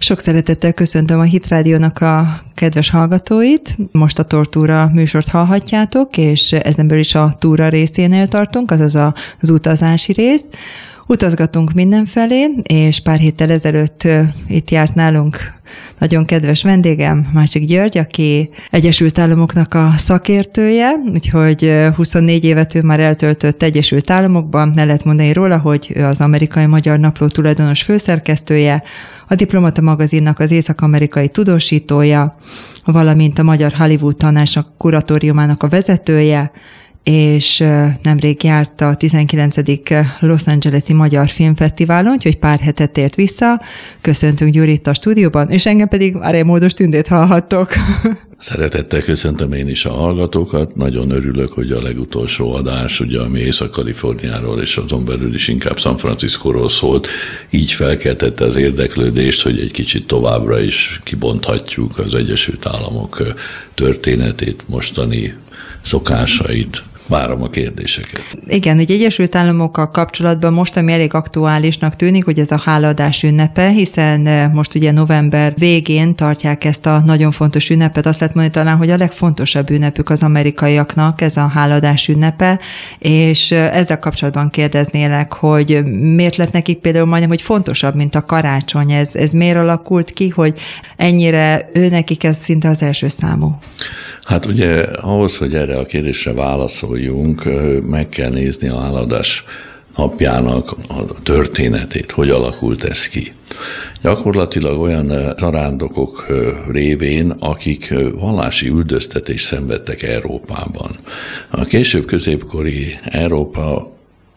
Sok szeretettel köszöntöm a Hit Rádiónak a kedves hallgatóit. Most a Tortúra műsort hallhatjátok, és ezenből is a túra részénél tartunk, azaz az utazási rész. Utazgatunk mindenfelé, és pár héttel ezelőtt itt járt nálunk nagyon kedves vendégem, Másik György, aki Egyesült Államoknak a szakértője, úgyhogy 24 évet ő már eltöltött Egyesült Államokban. Ne lehet mondani róla, hogy ő az Amerikai Magyar Napló tulajdonos főszerkesztője, a Diplomata magazinnak az észak-amerikai tudósítója, valamint a Magyar Hollywood Tanácsnak kuratóriumának a vezetője, és nemrég járt a 19. Los Angeles-i Magyar Filmfesztiválon, úgyhogy pár hetet tért vissza. Köszöntünk Gyuri itt a stúdióban, és engem pedig Aré Módos Tündét hallhattok. Szeretettel köszöntöm én is a hallgatókat. Nagyon örülök, hogy a legutolsó adás, ugye, ami Észak-Kaliforniáról és azon belül is inkább San Franciscóról szólt, így felkeltette az érdeklődést, hogy egy kicsit továbbra is kibonthatjuk az Egyesült Államok történetét, mostani szokásait. Várom a kérdéseket. Igen, hogy Egyesült Államokkal kapcsolatban most, ami elég aktuálisnak tűnik, hogy ez a hálaadás ünnepe, hiszen most ugye november végén tartják ezt a nagyon fontos ünnepet. Azt lehet mondani talán, hogy a legfontosabb ünnepük az amerikaiaknak, ez a hálaadás ünnepe, és ezzel kapcsolatban kérdeznélek, hogy miért lett nekik például majdnem, hogy fontosabb, mint a karácsony. Ez miért alakult ki, hogy ennyire nekik ez szinte az első számú? Hát ugye ahhoz, hogy erre a kérdésre válaszoljunk, meg kell nézni a hálaadás napjának a történetét, hogy alakult ez ki. Gyakorlatilag olyan zarándokok révén, akik vallási üldöztetést szenvedtek Európában. A később középkori Európa,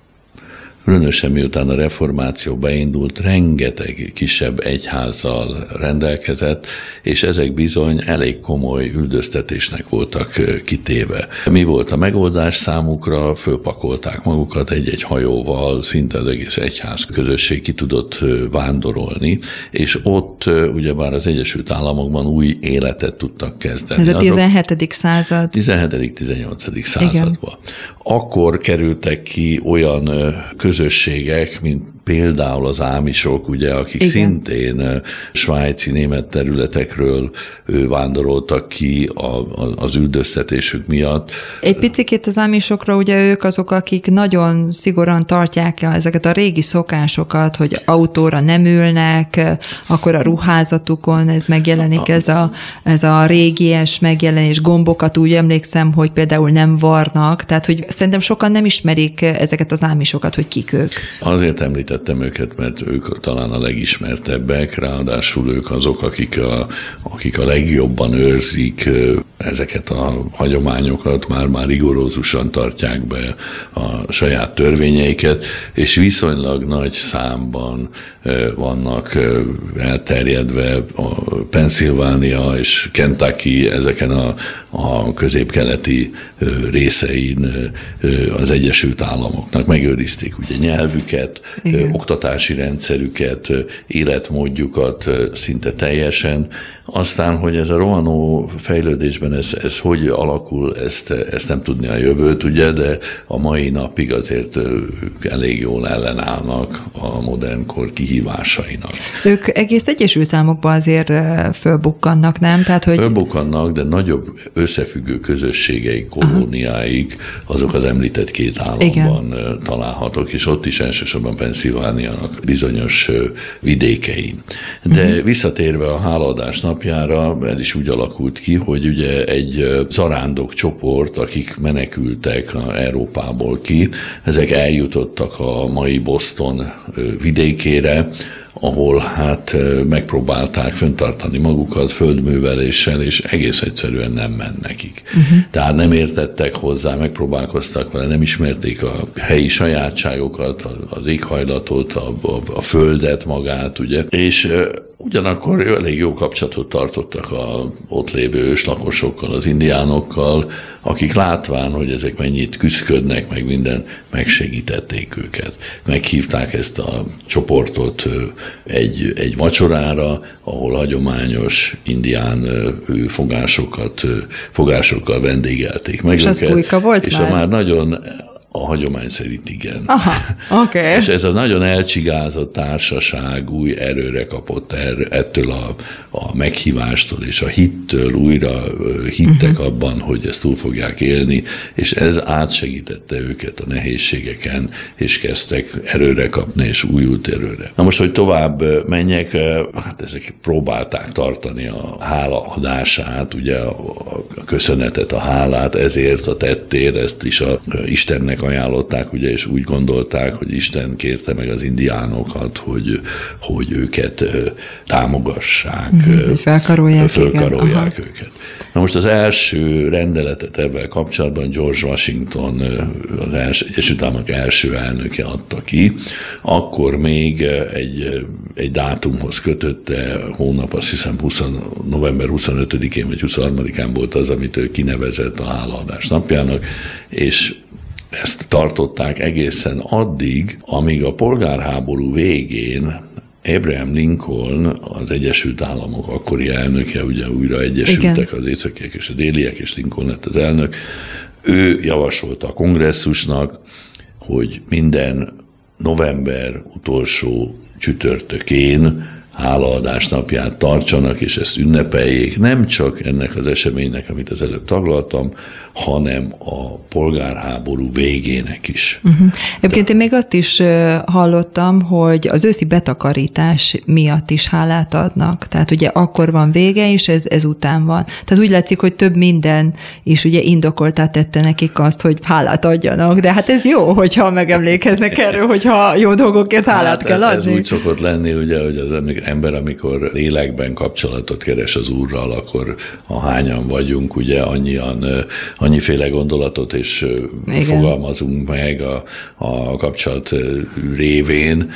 különösen miután a reformáció beindult, rengeteg kisebb egyházzal rendelkezett, és ezek bizony elég komoly üldöztetésnek voltak kitéve. Mi volt a megoldás számukra? Fölpakolták magukat egy-egy hajóval, szinte az egész egyház közösség ki tudott vándorolni, és ott ugyebár az Egyesült Államokban új életet tudtak kezdeni. Ez a 17. század. 17.-18. században. Akkor kerültek ki olyan közösségek, mint például az ámisok, ugye, akik igen, szintén svájci, német területekről vándoroltak ki az üldöztetésük miatt. Egy picikét az ámisokra, ugye ők azok, akik nagyon szigorúan tartják ezeket a régi szokásokat, hogy autóra nem ülnek, akkor a ruházatukon ez megjelenik, ez a régies megjelenés, gombokat úgy emlékszem, hogy például nem varnak, tehát hogy szerintem sokan nem ismerik ezeket az ámisokat, hogy kik ők. Azért említettem őket, mert ők talán a legismertebbek, ráadásul ők azok, akik a legjobban őrzik ezeket a hagyományokat, már rigorózusan tartják be a saját törvényeiket, és viszonylag nagy számban vannak elterjedve a Pennsylvania és Kentucky, ezeken a középkeleti részein az Egyesült Államoknak. Megőrizték ugye nyelvüket, igen, oktatási rendszerüket, életmódjukat szinte teljesen. Aztán, hogy ez a rohanó fejlődésben ez hogy alakul, ezt nem tudni a jövőt, ugye, de a mai napig azért elég jól ellenállnak a modern kor kihívásainak. Ők egész Egyesült Államokban azért fölbukkannak, nem? Tehát, hogy... Fölbukkannak, de nagyobb összefüggő közösségeik, kolóniáik, azok az említett két államban, igen, találhatók, és ott is elsősorban Pennsylvániának bizonyos vidékein. De visszatérve a hálaadás napjára, ez is úgy alakult ki, hogy ugye egy zarándok csoport, akik menekültek Európából ki, ezek eljutottak a mai Boston vidékére, ahol hát megpróbálták fenntartani magukat földműveléssel, és egész egyszerűen nem ment nekik. Tehát nem értettek hozzá, megpróbálkoztak vele, nem ismerték a helyi sajátságokat, az éghajlatot, a földet magát, ugye, és ugyanakkor elég jó kapcsolatot tartottak az ott lévő őslakosokkal, az indiánokkal, akik látván, hogy ezek mennyit küszködnek, meg minden, megsegítették őket. Meghívták ezt a csoportot egy vacsorára, ahol hagyományos indián fogásokkal vendégelték meg és őket. Az bujka volt és már? Már nagyon A hagyomány szerint igen. Aha, okay. És ez a nagyon elcsigázott társaság új erőre kapott ettől a meghívástól és a hittől, újra hittek abban, hogy ezt túl fogják élni, és ez átsegítette őket a nehézségeken, és kezdtek erőre kapni, és újult erőre. Na most, hogy tovább menjek, hát ezek próbálták tartani a hálaadását, ugye a köszönetet, a hálát, ezért a tettért, ezt is a Istennek ajánlották, ugye, és úgy gondolták, hogy Isten kérte meg az indiánokat, hogy őket támogassák, fölkarolják őket. Na most az első rendeletet ebben kapcsolatban George Washington, az Egyesült Államok első elnöke adta ki, akkor még egy dátumhoz kötötte, hónap, azt hiszem november 25-én vagy 23-án volt az, amit ő kinevezett a hálaadás napjának, és ezt tartották egészen addig, amíg a polgárháború végén Abraham Lincoln, az Egyesült Államok akkori elnöke, ugye újra egyesültek az északiek és a déliek, és Lincoln lett az elnök, ő javasolta a kongresszusnak, hogy minden november utolsó csütörtökén hálaadás napját tartsanak, és ezt ünnepeljék, nem csak ennek az eseménynek, amit az előbb taglaltam, hanem a polgárháború végének is. Egyébként én még azt is hallottam, hogy az őszi betakarítás miatt is hálát adnak. Tehát ugye akkor van vége, és ez után van. Tehát úgy látszik, hogy több minden is ugye indokoltá tette nekik azt, hogy hálát adjanak. De hát ez jó, hogyha megemlékeznek erről, hogyha jó dolgokért hálát kell adni. Ez úgy szokott lenni, ugye, hogy az ember, amikor lélekben kapcsolatot keres az Úrral, akkor ahányan vagyunk, ugye annyiféle gondolatot és fogalmazunk meg a kapcsolat révén,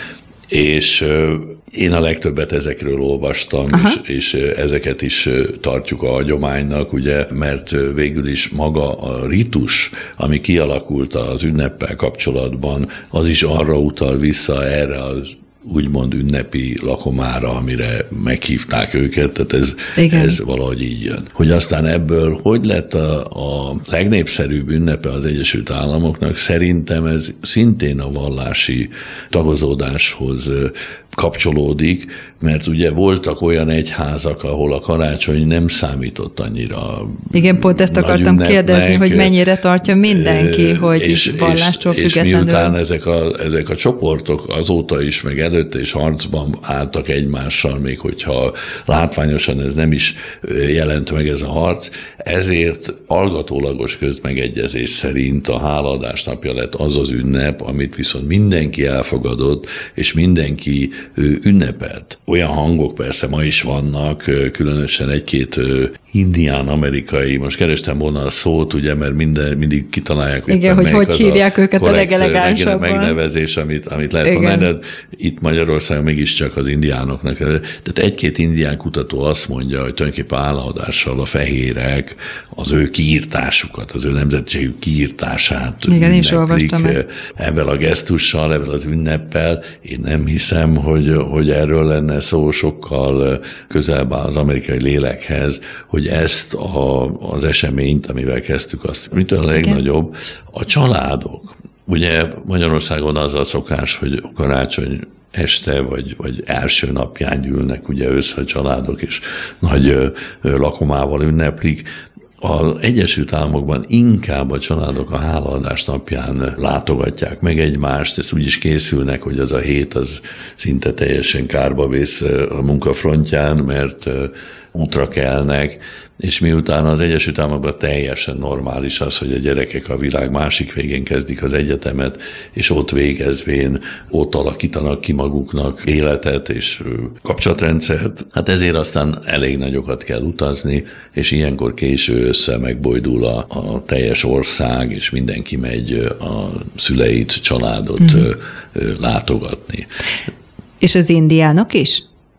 és én a legtöbbet ezekről olvastam, és ezeket is tartjuk a hagyománynak, ugye, mert végül is maga a ritus, ami kialakult az ünneppel kapcsolatban, az is arra utal vissza, erre az úgymond ünnepi lakomára, amire meghívták őket, tehát ez valahogy így jön. Hogy aztán ebből hogy lett a legnépszerűbb ünnepe az Egyesült Államoknak, szerintem ez szintén a vallási tagozódáshoz kapcsolódik, mert ugye voltak olyan egyházak, ahol a karácsony nem számított annyira. Igen, pont ezt akartam kérdezni, hogy mennyire tartja mindenki, hogy is vallástól függetlenül. És miután ezek a csoportok azóta is, meg előtte is harcban álltak egymással, még hogyha látványosan ez nem is jelent meg ez a harc, ezért hallgatólagos közmegegyezés szerint a hálaadás napja lett az az ünnep, amit viszont mindenki elfogadott, és mindenki ünnepelt. Olyan hangok persze ma is vannak, különösen egy-két indián-amerikai, most kerestem volna a szót, ugye, mert mindig kitalálják, hogy hívják őket a legelegánsabban. Megnevezés, amit lehet mondani, de itt Magyarországon mégiscsak az indiánoknak. Tehát egy-két indián kutató azt mondja, hogy tulajdonképpen álláadással a fehérek az ő kiírtásukat, az ő nemzetiségük kiírtását ünneplik ebben a gesztussal, ebben az ünneppel. Én nem hiszem, hogy erről lenne szó, sokkal közelebb az amerikai lélekhez, hogy ezt az eseményt, amivel kezdtük, azt mitől a legnagyobb, a családok. Ugye Magyarországon az a szokás, hogy karácsony este vagy első napján gyűlnek ugye össze a családok, és nagy lakomával ünneplik. Az Egyesült Államokban inkább a családok a hálaadás napján látogatják meg egymást, ezt úgy is készülnek, hogy az a hét az szinte teljesen kárba vész a munkafrontján, mert útra kelnek, és miután az Egyesült Államokban teljesen normális az, hogy a gyerekek a világ másik végén kezdik az egyetemet, és ott végezvén, ott alakítanak ki maguknak életet és kapcsolatrendszert. Hát ezért aztán elég nagyokat kell utazni, és ilyenkor késő össze megbojdul a teljes ország, és mindenki megy a szüleit, családot látogatni. És az indiánok is?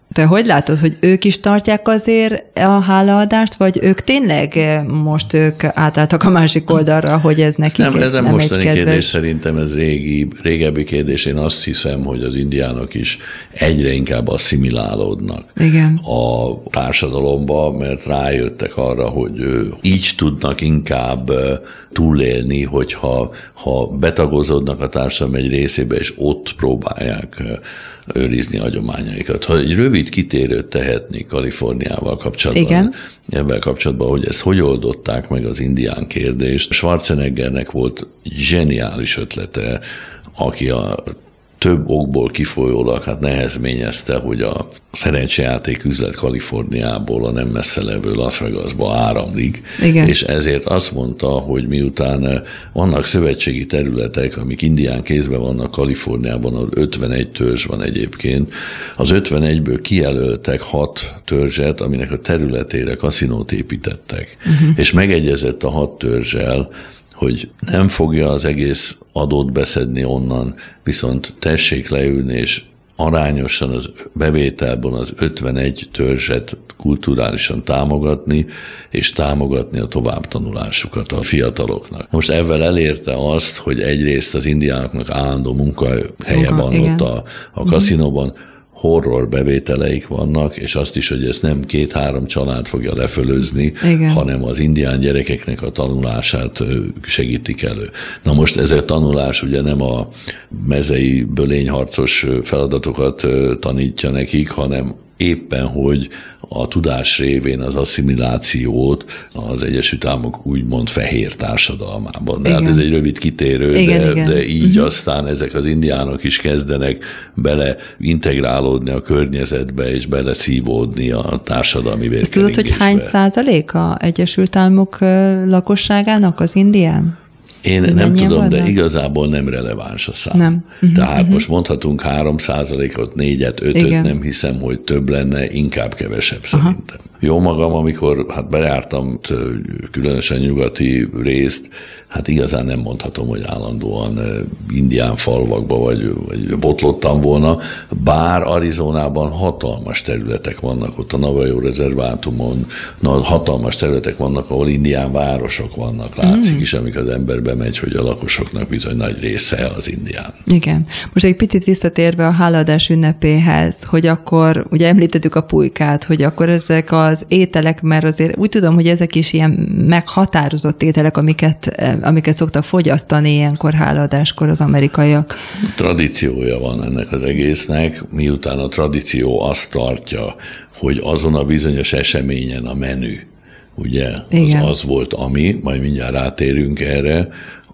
Te hogy látod, hogy ők is tartják azért a hálaadást, vagy ők tényleg most ők átálltak a másik oldalra, hogy ez nekik ez nem mostani egy kedves kérdés, szerintem ez régebbi kérdés. Én azt hiszem, hogy az indiánok is egyre inkább asszimilálódnak Igen. a társadalomba, mert rájöttek arra, hogy így tudnak inkább túlélni, hogyha betagozódnak a társadalom egy részébe, és ott próbálják őrizni hagyományaikat. Ha egy rövid kitérőt tehetnék Kaliforniával kapcsolatban, igen, ebben kapcsolatban, hogy ezt hogy oldották meg az indián kérdést. Schwarzeneggernek volt zseniális ötlete, aki a több okból kifolyólag nehezményezte, hogy a szerencsejáték üzlet Kaliforniából a nem messze levő Las Vegasba áramlik, igen, és ezért azt mondta, hogy miután vannak szövetségi területek, amik indián kézben vannak Kaliforniában, ahol 51 törzs van egyébként, az 51-ből kijelöltek 6 törzset, aminek a területére kaszinót építettek. És megegyezett a 6 törzsel, hogy nem fogja az egész adót beszedni onnan, viszont tessék leülni, és arányosan az bevételben az 51 törzset kulturálisan támogatni, és támogatni a továbbtanulásukat a fiataloknak. Most ezzel elérte azt, hogy egyrészt az indiánoknak állandó munkahelye van igen. Ott a kaszinóban, horror bevételeik vannak, és azt is, hogy ezt nem 2-3 család fogja lefölözni, igen. hanem az indián gyerekeknek a tanulását segítik elő. Na most ez a tanulás ugye nem a mezei bölényharcos feladatokat tanítja nekik, hanem éppen, hogy a tudás révén az asszimilációt az Egyesült Államok úgymond fehér társadalmában. De hát ez egy rövid kitérő, igen. de így aztán ezek az indiánok is kezdenek bele integrálódni a környezetbe, és bele szívódni a társadalmi vérkeringésbe. Tudod, hogy hány százalék az Egyesült Államok lakosságának az indián? Én nem tudom, vannak? De igazából nem releváns a szám. Nem. Tehát most mondhatunk 3%-ot, 4-et, 5-öt, nem hiszem, hogy több lenne, inkább kevesebb szerintem. Jó magam, amikor bejártam különösen nyugati részt, hát igazán nem mondhatom, hogy állandóan indián falvakba vagy botlottam volna, bár Arizonában hatalmas területek vannak, ott a Navajo rezervátumon, hatalmas területek vannak, ahol indián városok vannak. Látszik is, amikor az ember bemegy, hogy a lakosoknak bizony nagy része az indián. Igen. Most egy picit visszatérve a hálaadás ünnepéhez, hogy akkor, ugye említettük a pulykát, hogy akkor ezek az ételek, mert azért úgy tudom, hogy ezek is ilyen meghatározott ételek, amiket szoktak fogyasztani ilyenkor hálaadáskor az amerikaiak. Tradíciója van ennek az egésznek, miután a tradíció azt tartja, hogy azon a bizonyos eseményen a menü, ugye, az volt ami, majd mindjárt rátérünk erre,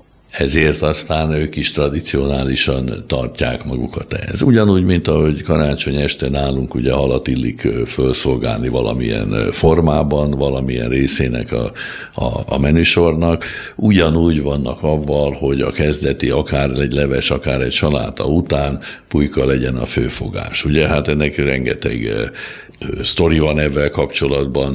ezért aztán ők is tradicionálisan tartják magukat ehhez. Ugyanúgy, mint ahogy karácsony este nálunk ugye halat illik felszolgálni valamilyen formában, valamilyen részének a menüsornak, ugyanúgy vannak avval, hogy a kezdeti akár egy leves, akár egy saláta után pulyka legyen a főfogás. Ugye hát ennek rengeteg sztori van ezzel kapcsolatban.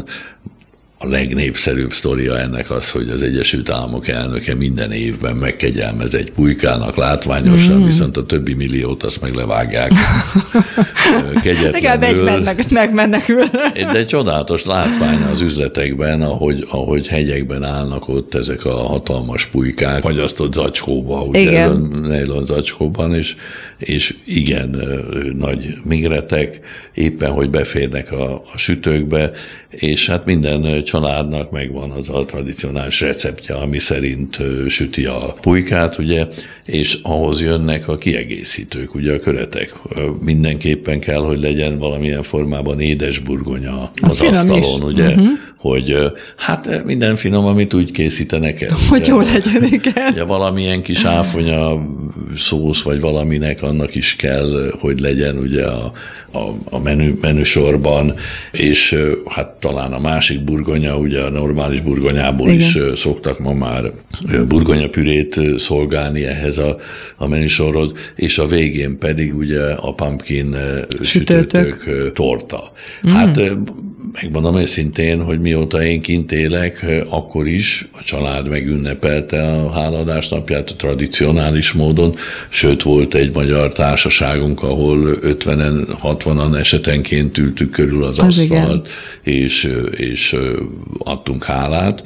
A legnépszerűbb sztoria ennek az, hogy az Egyesült Államok elnöke minden évben megkegyelmez egy pulykának látványosan, viszont a többi milliót azt meg levágják kegyetlenül. Legalább megmenekül. De csodálatos látvány az üzletekben, ahogy hegyekben állnak ott ezek a hatalmas pulykák, fagyasztott zacskóba, ugye nylon zacskóban, és igen nagy migretek, éppen hogy beférnek a sütőkbe, és hát minden családnak megvan az a tradicionális receptje, ami szerint süti a pulykát, ugye, és ahhoz jönnek a kiegészítők, ugye a köretek. Mindenképpen kell, hogy legyen valamilyen formában édesburgonya az asztalon, ugye, hogy hát minden finom, amit úgy készítenek el. Hogy jó legyen, igen. Ugye valamilyen kis áfonya szósz, vagy valaminek annak is kell, hogy legyen ugye a menüsorban, és hát talán a másik burgonya, ugye a normális burgonyából is szoktak ma már burgonyapürét szolgálni ehhez ez a menüsorod, és a végén pedig ugye a pumpkin sütőtök torta. Hát megmondom őszintén, hogy mióta én kint élek, akkor is a család megünnepelte a hálaadás napját tradicionális módon, sőt volt egy magyar társaságunk, ahol 50-en, 60-an esetenként ültük körül az asztalt, és adtunk hálát.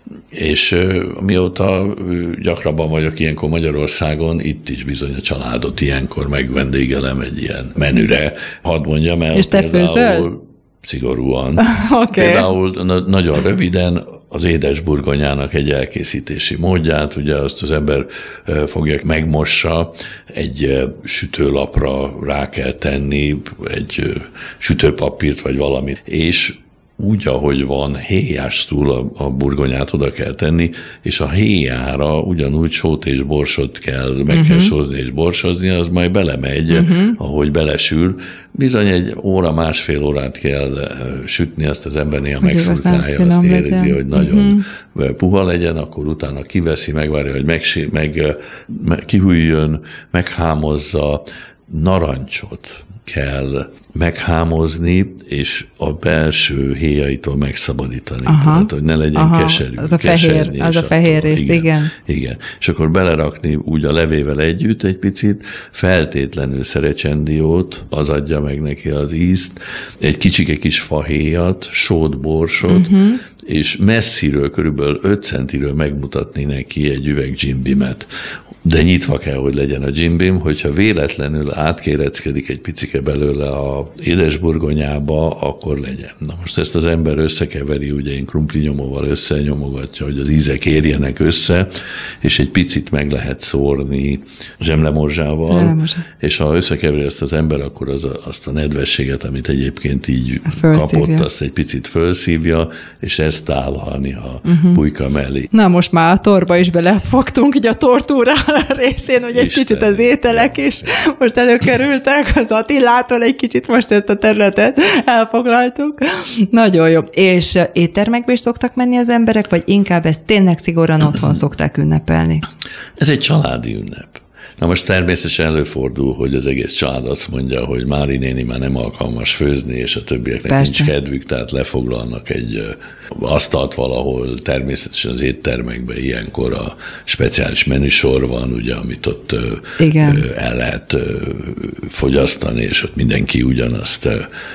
És mióta gyakrabban vagyok ilyenkor Magyarországon, itt is bizony a családot ilyenkor megvendégelem egy ilyen menüre. Hadd mondjam el. És te főzöl? Szigorúan. Okay. Például nagyon röviden az édesburgonyának egy elkészítési módját, ugye azt az ember fogja, megmossa, egy sütőlapra rá kell tenni, egy sütőpapírt vagy valamit, és úgy, ahogy van, héjástul a burgonyát oda kell tenni, és a héjára ugyanúgy sót és borsot kell, meg kell sózni és borsozni, az majd belemegy, ahogy belesül. Bizony egy óra, másfél órát kell sütni, azt az ember néha megszurkálja, azt érzi, hogy nagyon puha legyen, akkor utána kiveszi, megvárja, hogy kihűljön, meghámozza, narancsot kell meghámozni, és a belső héjaitól megszabadítani. Tehát, hogy ne legyen keserű. Az a fehér rész, igen. Igen. És akkor belerakni úgy a levével együtt egy picit, feltétlenül szerecsendiót, az adja meg neki az ízt, egy kicsike kis fahéjat, sót, borsot, és messziről, körülbelül 5 centiről megmutatni neki egy üveg Jim Beam-et. De nyitva kell, hogy legyen a Jim Beam, hogyha véletlenül átkéreckedik egy picike belőle a édesburgonyába, akkor legyen. Na most ezt az ember összekeveri, ugye én krumplinyomóval összenyomogatja, hogy az ízek érjenek össze, és egy picit meg lehet szórni zsemlemorzsával, és ha összekeveri ezt az ember, akkor azt a nedvességet, amit egyébként így kapott, azt egy picit felszívja, és ezt tálalni a pulyka mellé. Na most már a torba is belefogtunk, így a tortúra részén, hogy egy kicsit az ételek is most előkerültek, az Attilától egy kicsit most ezt a területet elfoglaltuk. Nagyon jó. És éttermekbe is szoktak menni az emberek, vagy inkább ezt tényleg szigorúan otthon szokták ünnepelni? Ez egy családi ünnep. Na most természetesen előfordul, hogy az egész család azt mondja, hogy Mári néni már nem alkalmas főzni, és a többieknek nincs kedvük, tehát lefoglalnak egy asztalt valahol, természetesen az éttermekben ilyenkor a speciális menüsor van, ugye, amit ott el lehet fogyasztani, és ott mindenki ugyanazt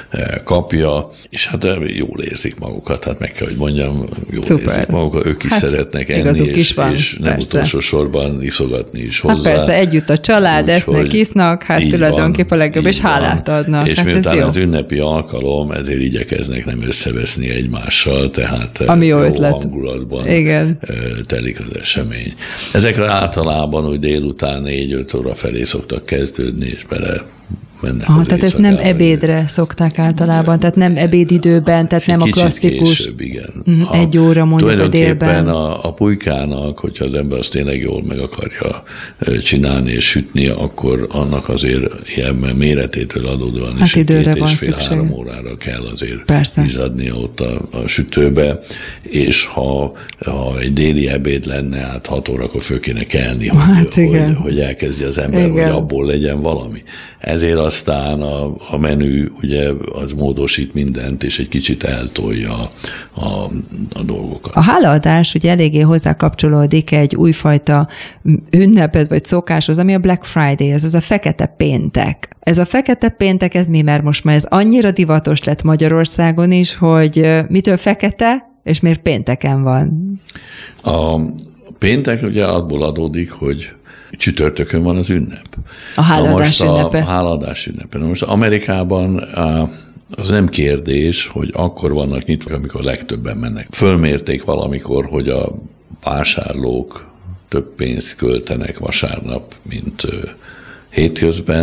kapja, és hát jól érzik magukat, hát meg kell, hogy mondjam, jól érzik magukat, ők is szeretnek enni, és nem utolsó sorban iszogatni is hozzá. Hát persze, együtt a család, esznek, isznak, hát tulajdonképpen a legjobb, és hálát adnak. És hát miután az ünnepi alkalom, ezért igyekeznek nem összeveszni egymással, tehát ami jó hangulatban telik az esemény. Ezek általában úgy délután 4-5 óra felé szoktak kezdődni, és bele mennek az tehát ezt nem ebédre szokták általában, tehát nem ebédidőben, tehát nem a klasszikus. Később, igen. 1 óra mondjuk a délben. Tulajdonképpen a pulykának, hogyha az ember azt tényleg jól meg akarja csinálni és sütni, akkor annak azért ilyen méretétől adódóan is 2,5-3 órára kell azért izzadnia ott a sütőbe, és ha egy déli ebéd lenne, hát 6 órakor föl kéne kelni, hogy elkezdje az ember, hogy abból legyen valami. Ezért aztán a menü ugye az módosít mindent, és egy kicsit eltolja a dolgokat. A hálaadás ugye eléggé hozzá kapcsolódik egy újfajta ünnephez vagy szokáshoz, ami a Black Friday, az a fekete péntek. Ez a fekete péntek, ez mi? Mert most már ez annyira divatos lett Magyarországon is, hogy mitől fekete, és miért pénteken van? A péntek ugye abból adódik, hogy csütörtökön van az ünnep. A hálaadás ünnepe. A hálaadás ünnepe. Most Amerikában az nem kérdés, hogy akkor vannak nyitva, amikor legtöbben mennek. Fölmérték valamikor, hogy a vásárlók több pénzt költenek vasárnap, mint hétközben.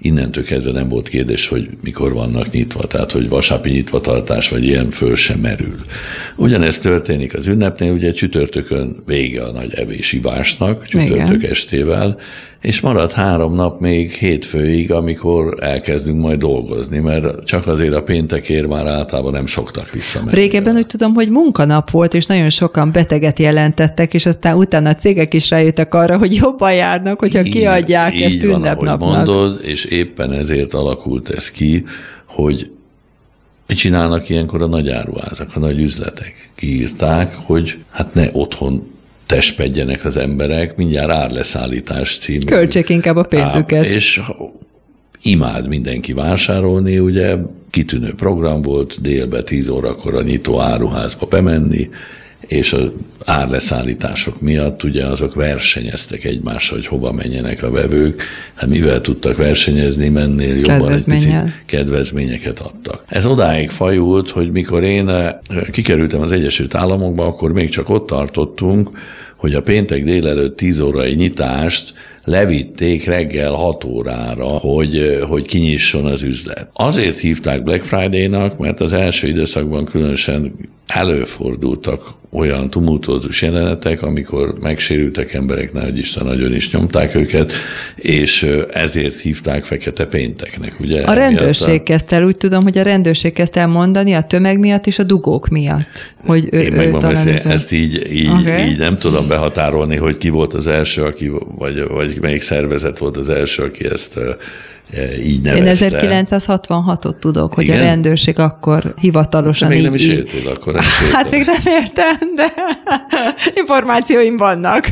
innentől kezdve nem volt kérdés, hogy mikor vannak nyitva, tehát hogy vasárnapi nyitvatartás, vagy ilyen föl sem merül. Ugyanezt történik az ünnepnél, ugye csütörtökön vége a nagy evés-ivásnak, csütörtök estével, és marad 3 nap még hétfőig, amikor elkezdünk majd dolgozni, mert csak azért a péntekért már általában nem szoktak visszamenni. Régebben úgy tudom, hogy munkanap volt, és nagyon sokan beteget jelentettek, és aztán utána a cégek is rájöttek arra, hogy jobban járnak, hogyha kiadják ezt ünnepnapnak. Így van, mondod, és éppen ezért alakult ez ki, hogy mit csinálnak ilyenkor a nagy áruházak, a nagy üzletek? Kiírták, hogy hát ne otthon testpedjenek az emberek, mindjárt árleszállítás című. Költsék inkább a pénzüket. És imád mindenki vásárolni, ugye kitűnő program volt, délbe 10 órakor a nyitó áruházba bemenni, és az árleszállítások miatt ugye azok versenyeztek egymással, hogy hova menjenek a vevők. Hát mivel tudtak versenyezni, mennél jobban egy picit kedvezményeket adtak. Ez odáig fajult, hogy mikor én kikerültem az Egyesült Államokba, akkor még csak ott tartottunk, hogy a péntek délelőtt 10 órai nyitást levitték reggel 6 órára, hogy kinyisson az üzlet. Azért hívták Black Friday-nak, mert az első időszakban különösen előfordultak olyan tumultuózus jelenetek, amikor megsérültek emberek, nehogy Isten nagyon is nyomták őket, és ezért hívták Fekete Pénteknek. Ugye? A rendőrség kezdte el, úgy tudom, hogy a rendőrség kezdte el mondani a tömeg miatt és a dugók miatt. Hogy én megmondom, ezt így nem tudom behatárolni, hogy ki volt az első, aki, vagy melyik szervezet volt az első, aki ezt így nevezte. Én 1966-ot tudok, hogy igen? A rendőrség akkor hivatalosan még nem is értél, akkor nem is Hát még nem értem, de információim vannak.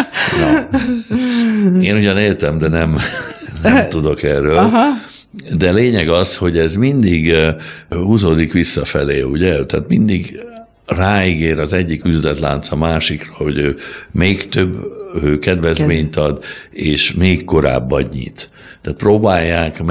Én ugyan éltem, de nem tudok erről. Aha. De lényeg az, hogy ez mindig húzódik visszafelé, ugye? Tehát mindig ráígér az egyik üzletlánc a másikra, hogy ő még több kedvezményt ad, és még korábban nyit. Tehát próbálják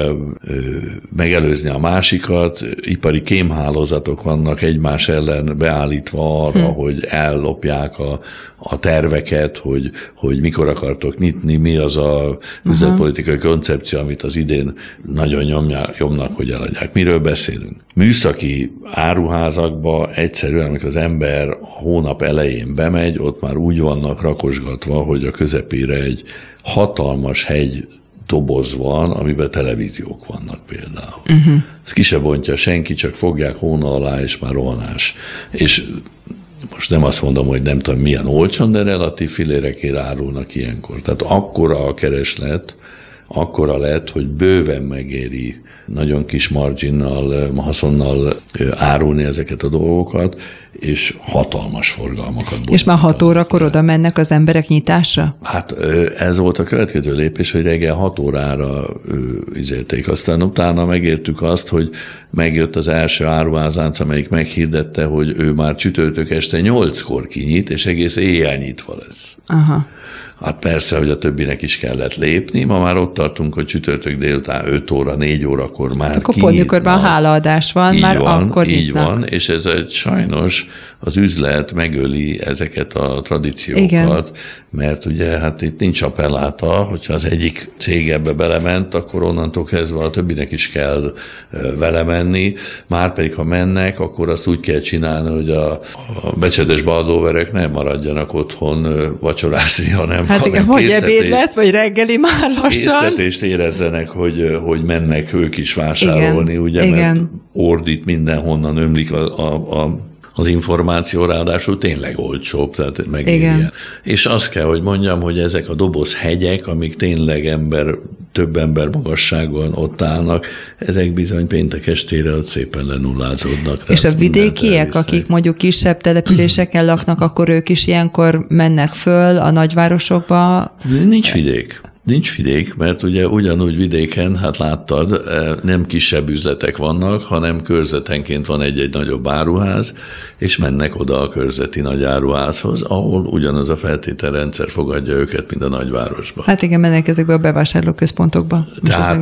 megelőzni a másikat, ipari kémhálózatok vannak egymás ellen beállítva arra, hogy ellopják a terveket, hogy mikor akartok nyitni, mi az a üzletpolitikai koncepció, amit az idén nagyon nyomnak, hogy eladják. Miről beszélünk? Műszaki áruházakba egyszerűen, amikor az ember a hónap elején bemegy, ott már úgy vannak rakosgatva, hogy a közepére egy hatalmas hegy doboz van, amiben televíziók vannak például. Ez ki se bontja senki, csak fogják hóna alá, és már rohanás. És most nem azt mondom, hogy nem tudom milyen olcsón, de relatív filérekért árulnak ilyenkor. Tehát akkora a kereslet, akkora lett, hogy bőven megéri nagyon kis marginnal, haszonnal árulni ezeket a dolgokat, és hatalmas forgalmakat bonyolítanak. És már 6 órakor oda mennek az emberek nyitásra? Hát ez volt a következő lépés, hogy reggel 6 órára izélték. Aztán utána megértük azt, hogy megjött az első áruházlánc, amelyik meghirdette, hogy ő már csütörtök este 8-kor kinyit, és egész éjjel nyitva lesz. Aha. Hát persze, hogy a többinek is kellett lépni. Ma már ott tartunk, hogy csütörtök délután 5 óra, 4 órakor már akkor pont, mikor már hálaadás van, így már van, akkor így nyitnak. van, és ez egy sajnos az üzlet megöli ezeket a tradíciókat, igen. Mert ugye hát itt nincs appelláta, hogyha az egyik cég ebbe belement, akkor onnantól kezdve a többinek is kell vele menni, márpedig ha mennek, akkor azt úgy kell csinálni, hogy a becsetes baldóverek nem maradjanak otthon vacsorázni, hanem hát igen, vagy ebéd lesz, vagy reggeli már lassan. Késztetést érezzenek, hogy mennek ők is vásárolni, igen, ugye, igen. Mert ordít mindenhonnan ömlik az információ, ráadásul tényleg olcsóbb, tehát megéri. És azt kell, hogy mondjam, hogy ezek a dobozhegyek, amik tényleg több ember magasságon ott állnak, ezek bizony péntek estére ott szépen lenullázódnak. És a vidékiek, akik mondjuk kisebb településeken laknak, akkor ők is ilyenkor mennek föl a nagyvárosokba? Nincs vidék, mert ugye ugyanúgy vidéken, hát láttad, nem kisebb üzletek vannak, hanem körzetenként van egy-egy nagyobb áruház, és mennek oda a körzeti nagy áruházhoz, ahol ugyanaz a feltételrendszer fogadja őket, mint a nagyvárosban. Hát igen, mennek ezekbe a bevásárlóközpontokba. Tehát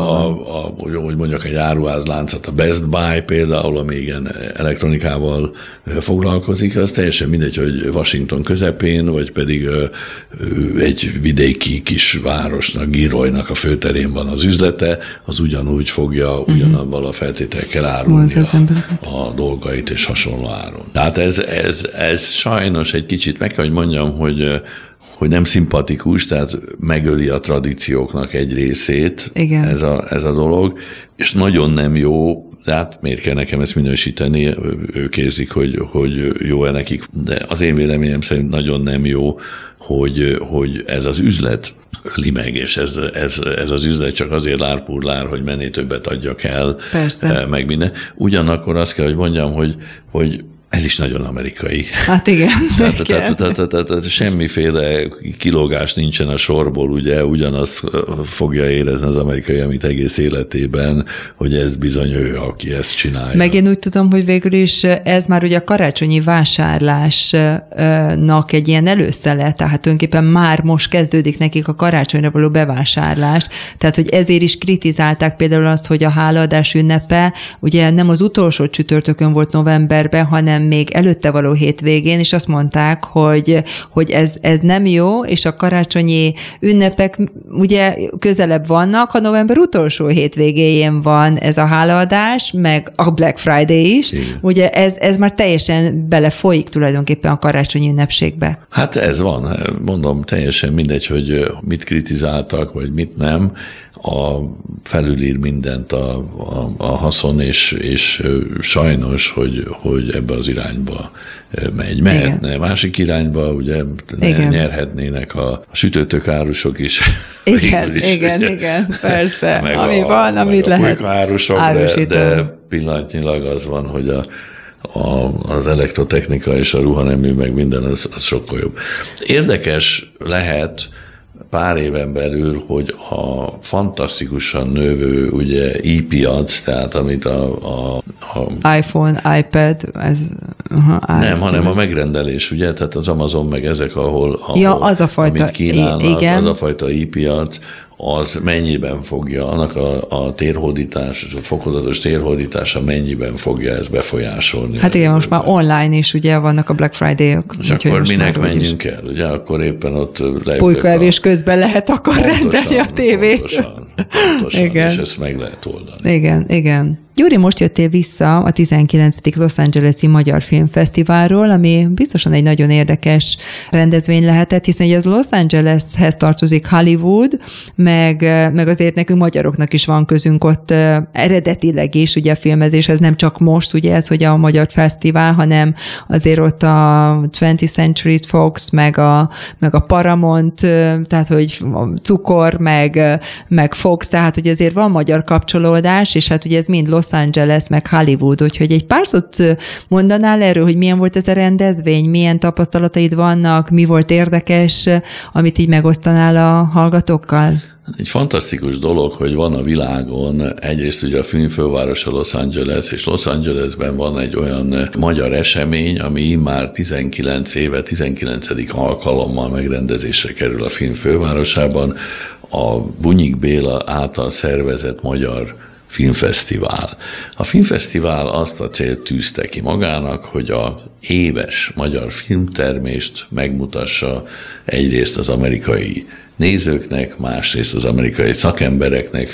hogy mondjak egy áruházláncot, a Best Buy például, ami igen elektronikával foglalkozik, az teljesen mindegy, hogy Washington közepén, vagy pedig egy vidéki kis városnak, Giroynak a főterén van az üzlete, az ugyanúgy fogja ugyanabban a feltételekkel árulni a dolgait és hasonló áron. Tehát ez sajnos egy kicsit, meg kell, hogy mondjam, hogy nem szimpatikus, tehát megöli a tradícióknak egy részét ez a dolog, és nagyon nem jó, de hát miért kell nekem ezt minősíteni, ők érzik, hogy jó-e nekik, de az én véleményem szerint nagyon nem jó, hogy ez az üzlet öli meg, és ez az üzlet csak azért lárpurlár, hogy menné többet adjak el, meg minden. Ugyanakkor azt kell, hogy mondjam, hogy ez is nagyon amerikai. Hát igen. Tehát semmiféle kilógás nincsen a sorból, ugye, ugyanazt fogja érezni az amerikai, amit egész életében, hogy ez bizony ő, aki ezt csinálja. Meg én úgy tudom, hogy végül is ez már ugye a karácsonyi vásárlásnak egy ilyen előszele, tehát tulajdonképpen már most kezdődik nekik a karácsonyra való bevásárlás, tehát hogy ezért is kritizálták például azt, hogy a hálaadás ünnepe ugye nem az utolsó csütörtökön volt novemberben, hanem még előtte való hétvégén, és azt mondták, hogy ez nem jó, és a karácsonyi ünnepek ugye közelebb vannak, a november utolsó hétvégéjén van ez a hálaadás, meg a Black Friday is. Igen. Ugye ez már teljesen belefolyik tulajdonképpen a karácsonyi ünnepségbe. Hát ez van, mondom, teljesen mindegy, hogy mit kritizáltak, vagy mit nem, felülír mindent a haszon, és sajnos, hogy ebbe az irányba megy. Mehetne másik irányba, ugye nyerhetnének a sütőtök árusok is. Igen, persze. Ami van, amit lehet. Árusok, de pillanatnyilag az van, hogy az elektrotechnika és a ruhanemű, meg minden, az sokkal jobb. Érdekes lehet pár éven belül, hogy a fantasztikusan növő ugye e-piac, tehát amit a iPhone, iPad, ez nem, hanem a megrendelés, ugye, tehát az Amazon meg ezek, ahol az a fajta, amit kínálnak, az a fajta e-piac, az mennyiben fogja, annak a térhódítás, a fokozatos térhódítása mennyiben fogja ezt befolyásolni. Hát igen, most már online is ugye vannak a Black Friday-ok. És akkor minek menjünk el? Ugye akkor éppen ott pulykaevés közben lehet akkor rendelni a tévét. Pontosan, igen. És ezt meg lehet oldani. Igen. Gyuri, most jöttél vissza a 19. Los Angeles-i Magyar Filmfesztiválról, ami biztosan egy nagyon érdekes rendezvény lehetett, hiszen az Los Angeleshez tartozik Hollywood, meg azért nekünk magyaroknak is van közünk ott eredetileg is, ugye a filmezéshez nem csak most, ugye ez, hogy a Magyar Fesztivál, hanem azért ott a 20th Century Fox, meg a Paramount, tehát hogy Cukor, meg Fox, tehát hogy azért van magyar kapcsolódás, és hát ugye ez mind Los Angeles, meg Hollywood, úgyhogy egy pár szót mondanál erről, hogy milyen volt ez a rendezvény, milyen tapasztalataid vannak, mi volt érdekes, amit így megosztanál a hallgatókkal? Egy fantasztikus dolog, hogy van a világon egyrészt ugye a filmfővárosa Los Angeles, és Los Angelesben van egy olyan magyar esemény, ami már 19 éve, 19. alkalommal megrendezésre kerül a filmfővárosában, a Bunyik Béla által szervezett magyar filmfesztivál. A filmfesztivál azt a célt tűzte ki magának, hogy az éves magyar filmtermést megmutassa egyrészt az amerikai nézőknek, másrészt az amerikai szakembereknek,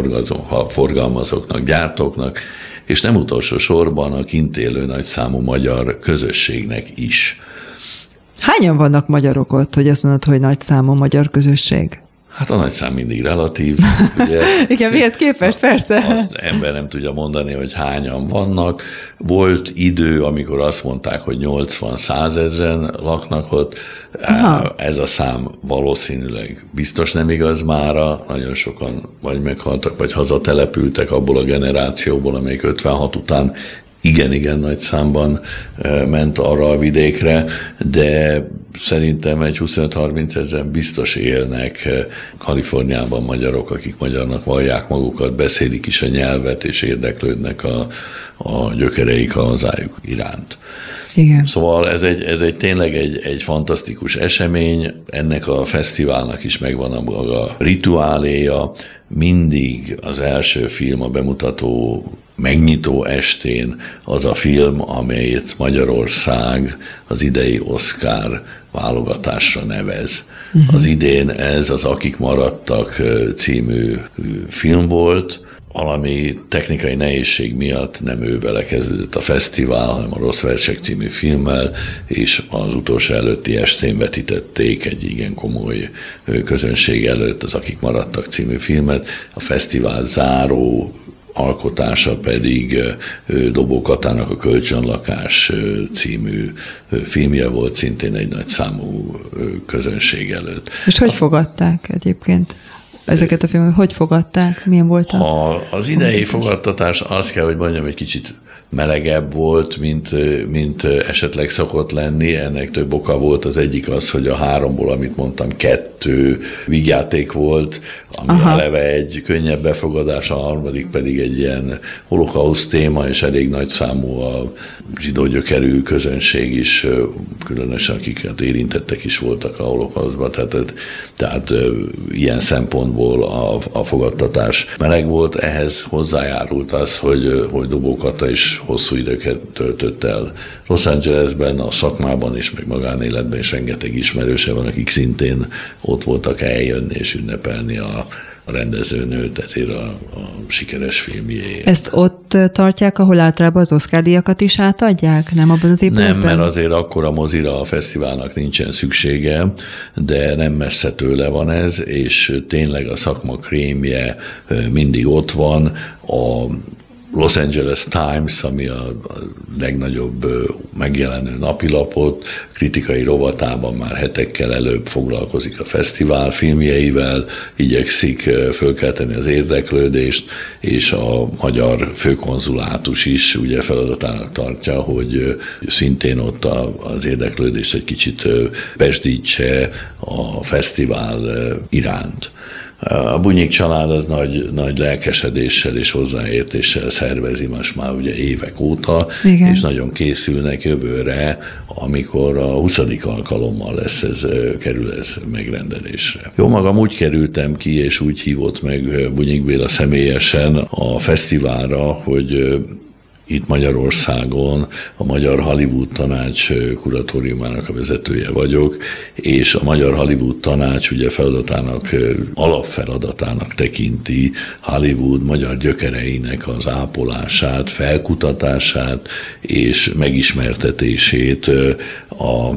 filmforgalmazóknak, gyártóknak, és nem utolsó sorban a kint élő nagyszámú magyar közösségnek is. Hányan vannak magyarok ott, hogy azt mondod, hogy nagyszámú magyar közösség? Hát a nagy szám mindig relatív. Ugye, igen, miért képest, persze. Azt ember nem tudja mondani, hogy hányan vannak. Volt idő, amikor azt mondták, hogy 80-100 ezren laknak ott. Aha. Ez a szám valószínűleg biztos nem igaz mára. Nagyon sokan vagy meghaltak, vagy hazatelepültek abból a generációból, amelyik 56 után igen nagy számban ment arra a vidékre, de szerintem egy 25-30 ezeren biztos élnek Kaliforniában magyarok, akik magyarnak vallják magukat, beszélik is a nyelvet, és érdeklődnek a gyökereik a hazájuk iránt. Igen. Szóval ez egy tényleg egy fantasztikus esemény, ennek a fesztiválnak is megvan a maga rituáléja, mindig az első film, a bemutató megnyitó estén az a film, amelyet Magyarország az idei Oscar válogatásra nevez. Az idén ez az Akik maradtak című film volt, valami technikai nehézség miatt nem ő vele kezdődött a fesztivál, hanem a Rossz versek című filmmel, és az utolsó előtti estén vetítették egy igen komoly közönség előtt az Akik maradtak című filmet. A fesztivál záró alkotása pedig Dobó Katának a Kölcsönlakás című filmje volt, szintén egy nagy számú közönség előtt. És hogy fogadták egyébként? Ezeket a filmeket hogy fogadták? Milyen volt az idei fogadtatás, azt kell, hogy mondjam, egy kicsit melegebb volt, mint esetleg szokott lenni. Ennek több oka volt. Az egyik az, hogy a 3-ból, amit mondtam, 2 vígjáték volt, ami eleve egy könnyebb befogadás, a harmadik pedig egy ilyen holokauszt téma, és elég nagy számú a zsidó gyökerű közönség is, különösen akiket érintettek is voltak a holokauszban, tehát ilyen szempontból a fogadtatás meleg volt. Ehhez hozzájárult az, hogy Dobó Kata is hosszú időket töltött el Los Angelesben, a szakmában is, meg magánéletben is rengeteg ismerőse van, akik szintén ott voltak eljönni és ünnepelni a rendezőnőt ezért a sikeres filmjéért. Ezt ott tartják, ahol általában az Oscar-díjakat is átadják? Nem abban az épületben? Nem, mert azért akkor a mozira a fesztiválnak nincsen szüksége, de nem messze tőle van ez, és tényleg a szakma krémje mindig ott van. A Los Angeles Times, ami a legnagyobb megjelenő napilapot, kritikai rovatában már hetekkel előbb foglalkozik a fesztivál filmjeivel, igyekszik fölkelteni az érdeklődést, és a magyar főkonzulátus is ugye feladatának tartja, hogy szintén ott az érdeklődést egy kicsit besdítse a fesztivál iránt. A Bunyik család az nagy lelkesedéssel és hozzáértéssel szervezi most már ugye évek óta, igen, és nagyon készülnek jövőre, amikor a 20. alkalommal kerül ez megrendelésre. Jó magam úgy kerültem ki, és úgy hívott meg Bunyik Béla személyesen a fesztiválra, hogy itt Magyarországon a Magyar Hollywood Tanács kuratóriumának a vezetője vagyok, és a Magyar Hollywood Tanács ugye alapfeladatának tekinti Hollywood magyar gyökereinek az ápolását, felkutatását és megismertetését a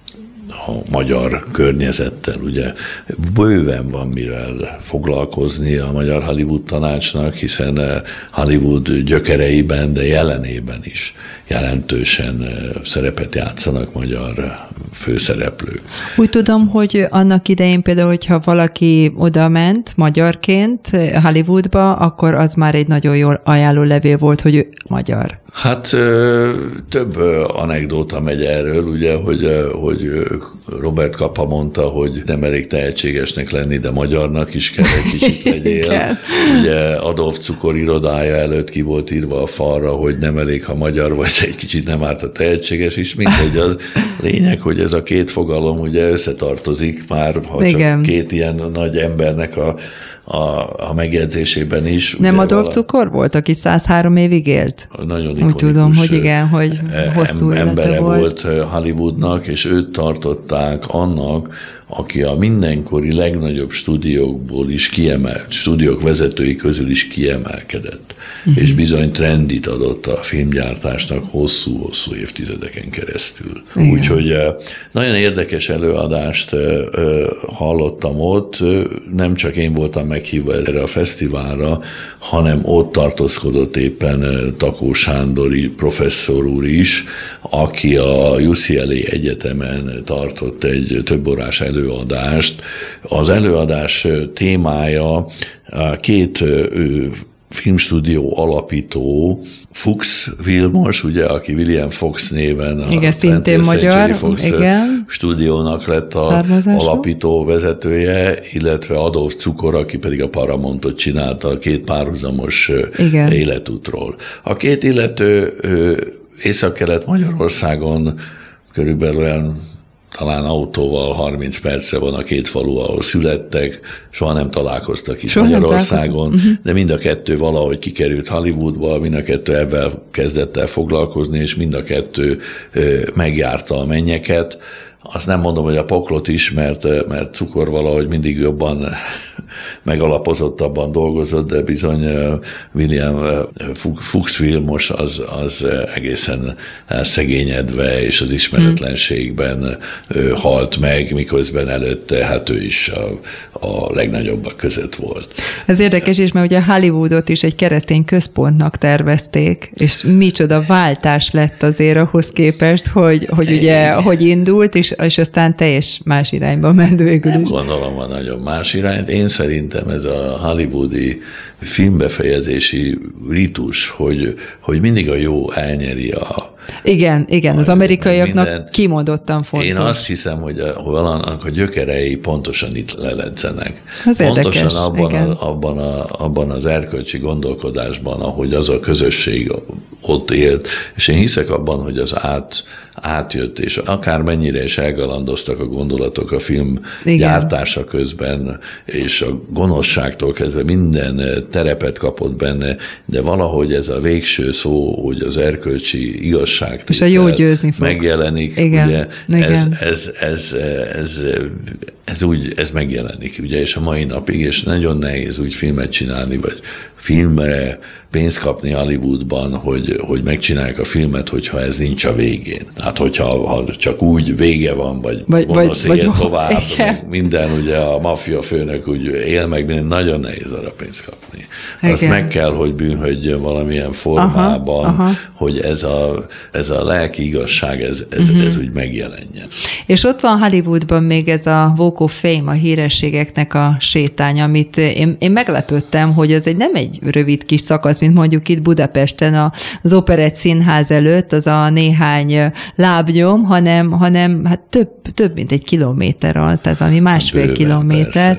magyar környezettel. Ugye bőven van mivel foglalkozni a Magyar Hollywood Tanácsnak, hiszen Hollywood gyökereiben, de jelenében is jelentősen szerepet játszanak magyar főszereplők. Úgy tudom, hogy annak idején például, hogyha valaki oda ment magyarként Hollywoodba, akkor az már egy nagyon jól ajánló levél volt, hogy ő magyar. Hát több anekdóta megy erről, ugye, hogy Robert Capa mondta, hogy nem elég tehetségesnek lenni, de magyarnak is kell egy kicsit legyél. Ugye Adolf Cukor irodája előtt ki volt írva a falra, hogy nem elég, ha magyar vagy, egy kicsit nem árt a tehetséges is. Mindegy, az lényeg, hogy ez a két fogalom ugye összetartozik már, ha igen, csak két ilyen nagy embernek a megjegyzésében is. Nem Adolf Cukor volt, aki 103 évig élt? Nagyon ikonikus. Úgy tudom, hogy igen, hogy hosszú embere volt Hollywoodnak, és őt tartották annak, aki a mindenkori legnagyobb stúdiókból is stúdiók vezetői közül is kiemelkedett, és bizony trendit adott a filmgyártásnak hosszú-hosszú évtizedeken keresztül. Igen. Úgyhogy nagyon érdekes előadást hallottam ott, nem csak én voltam meghívva erre a fesztiválra, hanem ott tartózkodott éppen Takó Sándor professzor úr is, aki a UCLA Egyetemen tartott egy többórás előadást. Az előadás témája két filmstúdió alapító, Fuchs Vilmos, ugye, aki William Fox néven igen, szintén magyar, Fox igen, stúdiónak lett a alapító vezetője, illetve Adolf Cukor, aki pedig a Paramountot csinálta a két párhuzamos igen, életútról. A két illető Észak-Kelet Magyarországon körülbelül olyan talán autóval 30 percre van a két falu, ahol születtek, soha nem találkoztak is Magyarországon, de mind a kettő valahogy kikerült Hollywoodba, mind a kettő ebben kezdett el foglalkozni, és mind a kettő megjárta a mennyeket. azt nem mondom, hogy a poklot is, mert Cukor valahogy mindig jobban megalapozottabban dolgozott, de bizony William Fuchs Vilmos az egészen elszegényedve és az ismeretlenségben halt meg, miközben előtte hát ő is a legnagyobbak között volt. Ez érdekes is, mert ugye Hollywoodot is egy keresztény központnak tervezték, és micsoda váltás lett azért ahhoz képest, hogy ugye, hogy indult, és aztán teljes más irányba ment végül is. Nem gondolom, van nagyon más irányt. Én szerintem ez a hollywoodi filmbefejezési ritus, hogy mindig a jó elnyeri a... Igen, az amerikaiaknak kimondottan fontos. Én azt hiszem, hogy valamelyik a gyökerei pontosan itt leledzenek. Ez pontosan érdekes, abban az erkölcsi gondolkodásban, ahogy az a közösség ott élt, és én hiszek abban, hogy az átjött, és akármennyire is elgalandoztak a gondolatok a film gyártása közben, és a gonoszságtól kezdve minden terepet kapott benne, de valahogy ez a végső szó, hogy az erkölcsi igazság és a jó győzni fog. Megjelenik, igen. Ugye, ez megjelenik, ugye, és a mai napig, és nagyon nehéz úgy filmet csinálni, vagy filmre pénzt kapni Hollywoodban, hogy megcsinálják a filmet, hogyha ez nincs a végén. Hát, hogyha csak úgy vége van, vagy gonosz él tovább, minden, ugye a maffia főnök úgy él meg, minden, nagyon nehéz arra pénzt kapni. Azt meg kell, hogy bűnhődjön valamilyen formában, hogy ez a lelki igazság, ez úgy megjelenjen. És ott van Hollywoodban még ez a Walk of Fame, a hírességeknek a sétány, amit én meglepődtem, hogy ez nem egy rövid kis szakasz, mint mondjuk itt Budapesten az Operett Színház előtt, az a néhány lábnyom, hanem hát több mint 1 kilométer az, tehát valami 1,5 kilométer,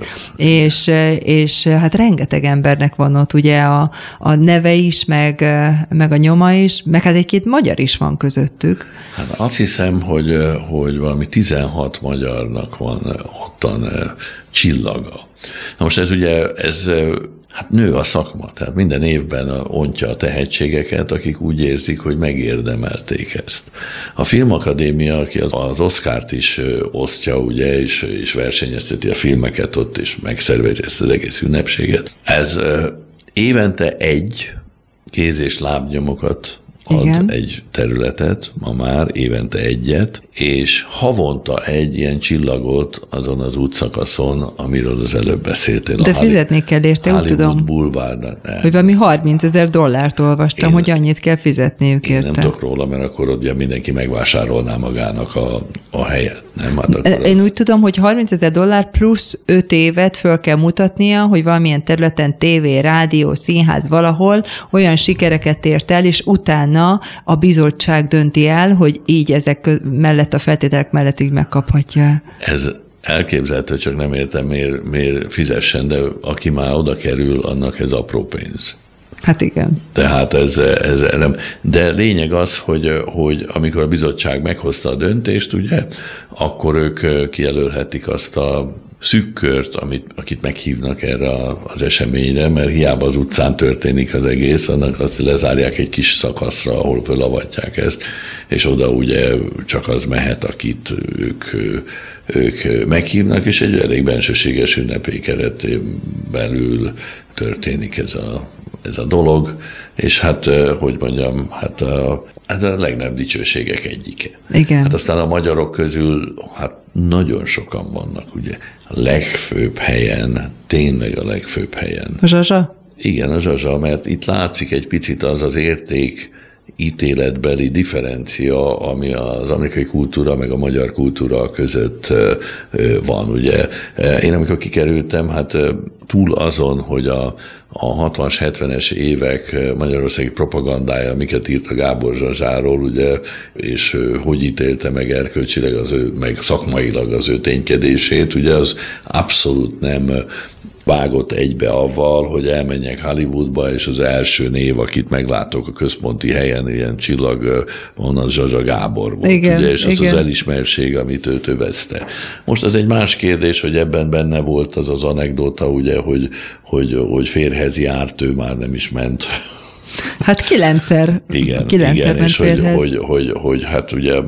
és hát rengeteg embernek van ott ugye a neve is, meg a nyoma is, meg hát 1-2 magyar is van közöttük. Hát azt hiszem, hogy valami 16 magyarnak van ottan csillaga. Na most ez ugye, hát nő a szakma, tehát minden évben ontja a tehetségeket, akik úgy érzik, hogy megérdemelték ezt. A Filmakadémia, aki az Oscart is osztja, ugye, és versenyezteti a filmeket ott, és megszervezi ezt az egész ünnepséget. Ez évente 1 kéz- és lábnyomokat ad egy területet, ma már évente 1, és havonta 1 ilyen csillagot azon az útszakaszon, amiről az előbb beszéltél. De fizetni kell érte, úgy tudom, hogy valami $30,000 olvastam, hogy annyit kell fizetniük érte. Én nem tudok róla, mert akkor ugye mindenki megvásárolná magának a helyet. Nem? Hát én úgy tudom, hogy $30,000 plusz 5 évet föl kell mutatnia, hogy valamilyen területen tévé, rádió, színház valahol olyan sikereket ért el, és utána a bizottság dönti el, hogy így ezek mellett a feltételek mellett így megkaphatja. Ez elképzelhető, csak nem értem, miért fizessen, de aki már oda kerül, annak ez apró pénz. Hát igen. Tehát ez nem. De lényeg az, hogy amikor a bizottság meghozta a döntést, ugye, akkor ők kijelölhetik azt a szűk kört, akit meghívnak erre az eseményre, mert hiába az utcán történik az egész, annak azt lezárják egy kis szakaszra, ahol fölavatják ezt, és oda ugye csak az mehet, akit ők meghívnak, és egy elég bensőséges ünnepély keretén belül történik ez a dolog, és hát, hogy mondjam, ez a legnagyobb dicsőségek egyike. Igen. Hát aztán a magyarok közül nagyon sokan vannak, ugye, a legfőbb helyen, tényleg a legfőbb helyen. A Zsazsa? Igen, a Zsazsa, mert itt látszik egy picit az érték ítéletbeli differencia, ami az amerikai kultúra meg a magyar kultúra között van. Ugye. Én amikor kikerültem, túl azon, hogy a 60-as, 70-es évek magyarországi propagandája, amiket írt a Gábor Zsazsáról, ugye, és hogy ítélte meg erkölcsileg meg szakmailag az ő ténykedését, ugye az abszolút nem vágott egybe avval, hogy elmenjek Hollywoodba, és az első név, akit meglátok a központi helyen, ilyen csillag, onnan Zsazsa Gábor volt, igen, ugye, és igen. az elismerség, amit őt övezte. Most az egy más kérdés, hogy ebben benne volt az anekdóta, ugye, hogy férjhez járt, ő már nem is ment. Hát 9-szer. Igen, ment és férjhez. hogy hát ugye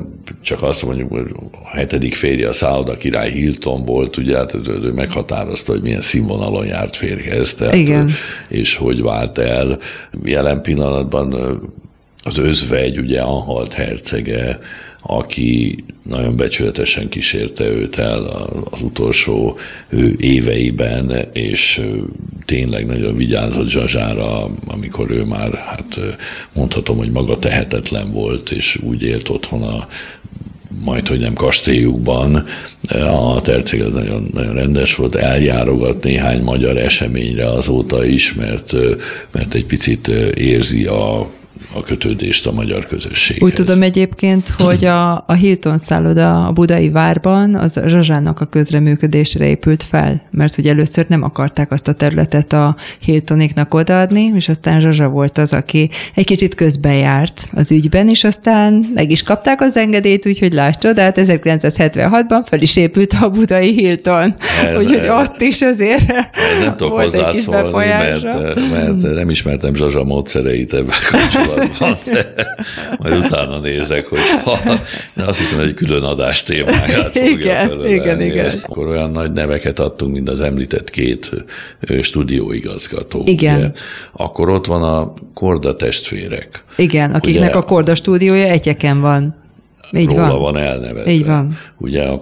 csak azt mondjuk, hogy a 7. férje a szálloda király Hilton volt, ugye, hát ő meghatározta, hogy milyen színvonalon járt férjhez, tehát, és hogy vált el. Jelen pillanatban az özvegy, ugye Anhalt hercege, aki nagyon becsületesen kísérte őt el az utolsó éveiben, és tényleg nagyon vigyázott Zsazsára, amikor ő már, hát mondhatom, hogy maga tehetetlen volt, és úgy élt otthon majdhogy nem kastélyukban. A herceg az nagyon, nagyon rendes volt, eljárogat néhány magyar eseményre azóta is, mert egy picit érzi a kötődést a magyar közösséghez. Úgy tudom egyébként, hogy a Hilton szálloda a budai várban az Zsazsának a közreműködésre épült fel, mert hogy először nem akarták azt a területet a Hiltonéknak odaadni, és aztán Zsazsa volt az, aki egy kicsit közbejárt az ügyben, és aztán meg is kapták az engedélyt, úgyhogy láss csodát, 1976-ban fel is épült a budai Hilton. Úgyhogy ott is azért nem tudok hozzászólni, mert nem ismertem Zsazsa módszereit ebben kapcsolatban. Majd utána nézek, hogy azt hiszem, egy külön adás témáját fogja felölelni. Igen. Akkor olyan nagy neveket adtunk, mint az említett 2 stúdióigazgató. Igen. Ugye? Akkor ott van a Korda testvérek. Igen, akiknek ugye, a Korda stúdiója Egyeken van. Így róla van elnevezve. Így van. Ugye a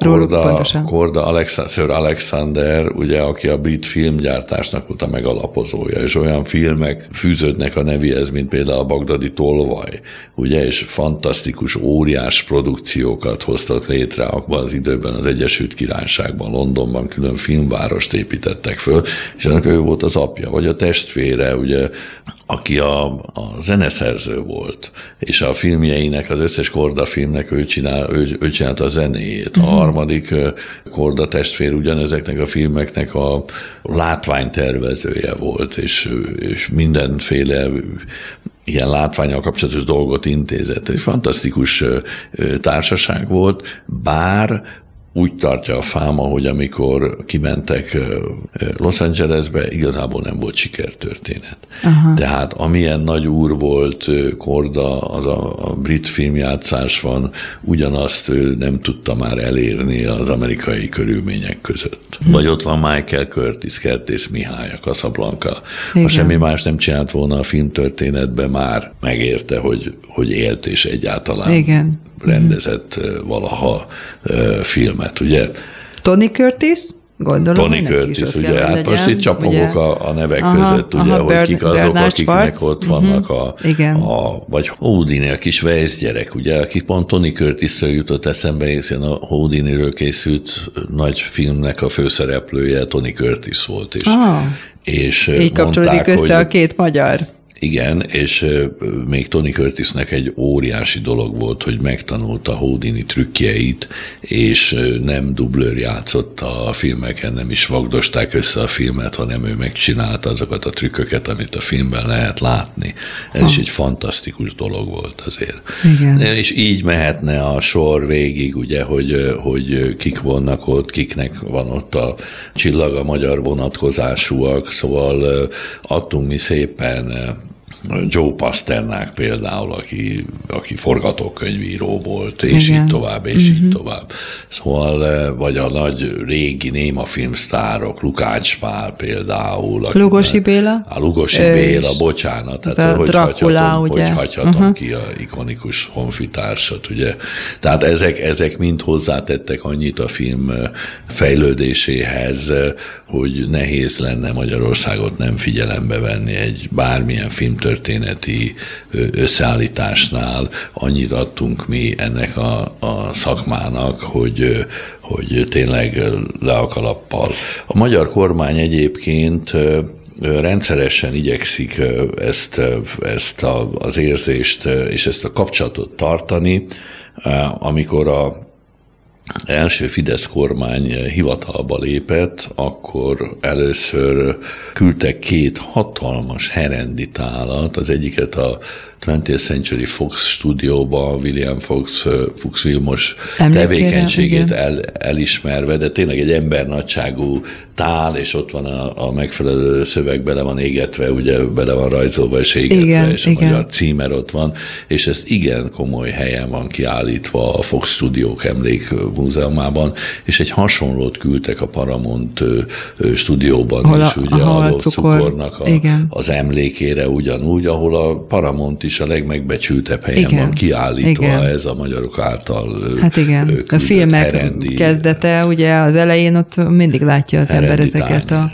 Korda Sir Alexander, ugye, aki a brit filmgyártásnak volt a megalapozója, és olyan filmek fűződnek a nevéhez, mint például a Bagdadi tolvaj, ugye, és fantasztikus, óriás produkciókat hoztak létre abban az időben az Egyesült Királyságban, Londonban külön filmvárost építettek föl, és ennek ő volt az apja, vagy a testvére, ugye, aki a zeneszerző volt, és a filmjeinek, az összes Korda filmnek ő csinálta a zenéjét. A harmadik Korda testvér ugyanezeknek a filmeknek a látványtervezője volt, és mindenféle ilyen látvánnyal kapcsolatos dolgot intézett. Egy fantasztikus társaság volt, bár úgy tartja a fáma, hogy amikor kimentek Los Angelesbe, igazából nem volt sikertörténet. Aha. Tehát amilyen nagy úr volt Korda, az a brit filmjátszásban, ugyanazt ő nem tudta már elérni az amerikai körülmények között. Vagy ott van Michael Curtis, Kertész Mihály, a Casablanca. Ha semmi más nem csinált volna a filmtörténetben, már megérte, hogy élt és egyáltalán rendezett valaha filmet, ugye? Tony Curtis? Gondolom, Tony Curtis, ugye, hát legyen, most itt csapogok a nevek között, ugye, hogy kik azok, akiknek ott vannak vagy Houdini, a kis Weiss gyerek, ugye, aki pont Tony Curtisről jutott eszembe, hiszen a Houdiniről készült nagy filmnek a főszereplője Tony Curtis volt, és így kapcsolódik össze a 2 magyar. Igen, és még Tony Curtisnek egy óriási dolog volt, hogy megtanulta Houdini trükkjeit, és nem dublőr játszott a filmeken, nem is vagdosták össze a filmet, hanem ő megcsinálta azokat a trükköket, amit a filmben lehet látni. Ez is egy fantasztikus dolog volt azért. Igen. És így mehetne a sor végig, ugye, hogy kik vannak ott, kiknek van ott a csillag, a magyar vonatkozásúak, szóval adtunk mi szépen Joe Pasternák például, aki forgatókönyvíró volt, és így tovább, és így tovább. Szóval, vagy a nagy régi néma filmsztárok, Lukács Pál például. Lugosi Béla? A Lugosi Béla, bocsánat. Hát, hogy hagyhatom ki a ikonikus honfitársat, ugye. Tehát ezek mind hozzátettek annyit a film fejlődéséhez, hogy nehéz lenne Magyarországot nem figyelembe venni egy bármilyen filmtörténeti összeállításnál. Annyit adtunk mi ennek a szakmának, hogy tényleg le a kalappal. A magyar kormány egyébként rendszeresen igyekszik ezt az érzést és ezt a kapcsolatot tartani, amikor a első Fidesz kormány hivatalba lépett, akkor először küldtek 2 hatalmas herenditálat, az egyiket a 20th Century Fox stúdióban William Fox Vilmos tevékenységét elismerve, de tényleg egy embernagyságú tál, és ott van a megfelelő szöveg, bele van égetve, ugye bele van rajzolva és égetve, és a magyar címer ott van, és ezt igen komoly helyen van kiállítva a Fox Stúdiók Emlékmúzeumában, és egy hasonlót küldtek a Paramount stúdióban is, ugye a cukornak az emlékére ugyanúgy, ahol a Paramount is a legmegbecsültebb helyen van kiállítva ez a magyarok által a filmek kezdete, ugye az elején ott mindig látja az ember ezeket a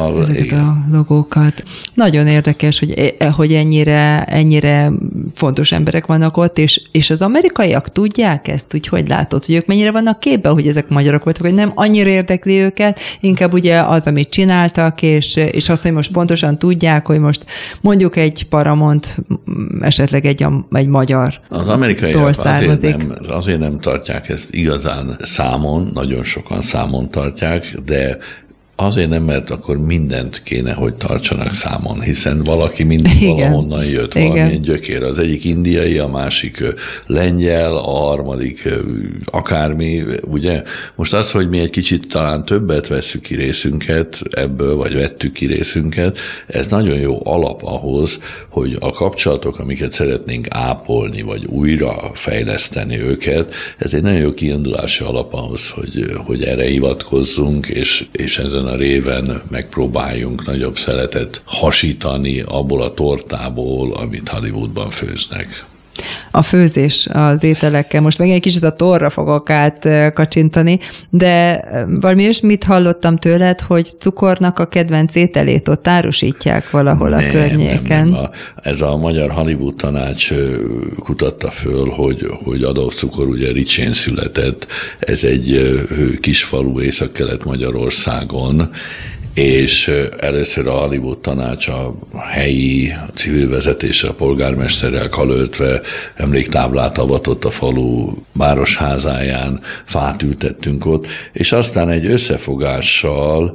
logókat. Nagyon érdekes, hogy ennyire fontos emberek vannak ott, és az amerikaiak tudják ezt, hogy látod, hogy ők mennyire vannak képben, hogy ezek magyarok voltak, hogy nem annyira érdekli őket, inkább ugye az, amit csináltak, és az, hogy most pontosan tudják, hogy most mondjuk egy Paramount esetleg egy magyar. Az amerikaiak azért nem tartják ezt igazán számon, nagyon sokan számon tartják, de azért nem, mert akkor mindent kéne, hogy tartsanak számon, hiszen valaki mindig valahonnan jött, valamilyen gyökér. Az egyik indiai, a másik lengyel, a harmadik akármi, ugye? Most az, hogy mi egy kicsit talán többet vesszük ki részünket ebből, vagy vettük ki részünket, ez nagyon jó alap ahhoz, hogy a kapcsolatok, amiket szeretnénk ápolni, vagy újra fejleszteni őket, ez egy nagyon jó kiindulási alap ahhoz, hogy erre hivatkozzunk, és ezen a réven megpróbáljunk nagyobb szeletet hasítani abból a tortából, amit Hollywoodban főznek. A főzés az ételekkel. Most meg egy kicsit a torra fogok átkacsintani, de valami olyasmit hallottam tőled, hogy cukornak a kedvenc ételét ott árusítják valahol a környéken. Nem. Ez a Magyar Hollywood Tanács kutatta föl, hogy Adolf Cukor ugye Ricsén született. Ez egy kisfalu Észak-Kelet-Magyarországon, és először a Hollywood Tanács a helyi civil vezetése, a polgármesterrel karöltve emléktáblát avatott a falu városházáján, fát ültettünk ott, és aztán egy összefogással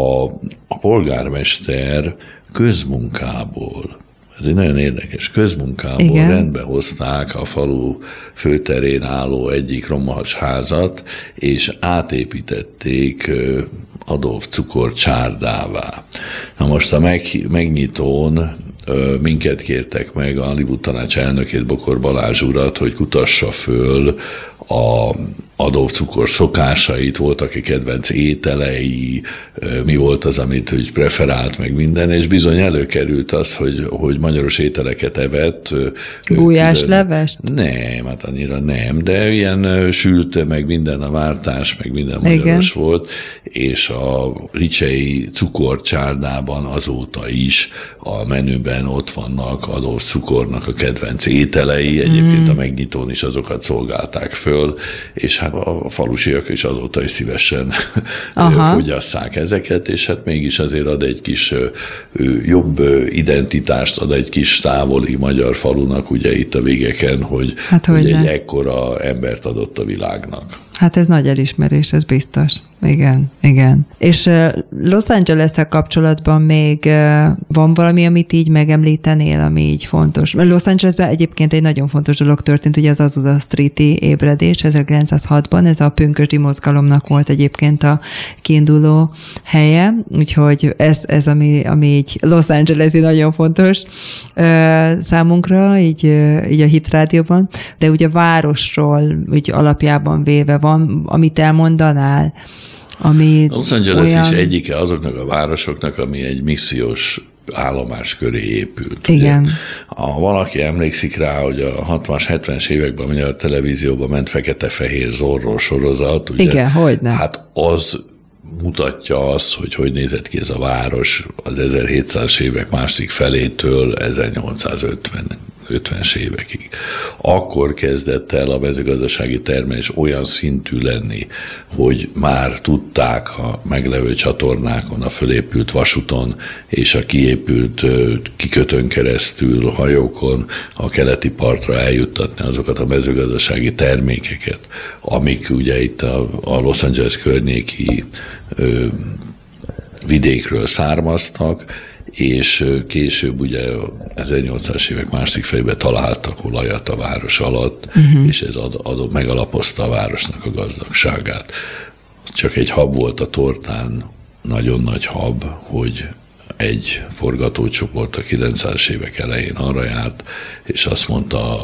a polgármester közmunkából, ez egy nagyon érdekes, közmunkából rendbe hozták a falu főterén álló egyik rommos házat, és átépítették Adolf Cukor csárdává. Na most a megnyitón minket kértek meg, a Hollywood Tanács elnökét, Bokor Balázs urat, hogy kutassa föl a Adolf Cukor szokásait, voltak egy kedvenc ételei, mi volt az, amit úgy preferált, meg minden, és bizony előkerült az, hogy magyaros ételeket evett. Gulyáslevest? Nem, hát annyira nem, de ilyen sült, meg minden a váltás, meg minden magyaros volt, és a ricsei cukorcsárdában azóta is a menüben ott vannak Adolf Cukornak a kedvenc ételei, egyébként a megnyitón is azokat szolgálták föl, és hát a falusiak is azóta is szívesen fogyasszák ezeket, és hát mégis azért ad egy kis jobb identitást, ad egy kis távoli magyar falunak, ugye itt a végeken, hogy egy ekkora embert adott a világnak. Hát ez nagy elismerés, ez biztos. Igen. És Los Angeles-szel kapcsolatban még van valami, amit így megemlítenél, ami így fontos? Los Angelesben egyébként egy nagyon fontos dolog történt, ugye az Azusa Street-i ébredés 1906-ban, ez a pünkösdi mozgalomnak volt egyébként a kiinduló helye, úgyhogy ez ami így Los Angeles-i nagyon fontos számunkra, így a Hit Rádióban, de ugye a városról úgy alapjában véve van, amit elmondanál, ami Los Angeles is egyike azoknak a városoknak, ami egy missziós állomás köré épült. Igen. Ugye? Ha valaki emlékszik rá, hogy a 60-as, 70-es években magyar televízióban ment Fekete-fehér Zorro sorozat, ugye? Igen, hogyne. Hát az mutatja azt, hogy nézett ki ez a város az 1700-as évek második felétől 1850-es évekig. Akkor kezdett el a mezőgazdasági termelés olyan szintű lenni, hogy már tudták a meglevő csatornákon, a fölépült vasúton és a kiépült kikötőn keresztül hajókon a keleti partra eljuttatni azokat a mezőgazdasági termékeket, amik ugye itt a Los Angeles környéki vidékről származtak, és később ugye 1800-as évek második felében találtak olajat a város alatt, és ez megalapozta a városnak a gazdagságát. Csak egy hab volt a tortán, nagyon nagy hab, hogy egy forgatócsoport a 900-as évek elején arra járt, és azt mondta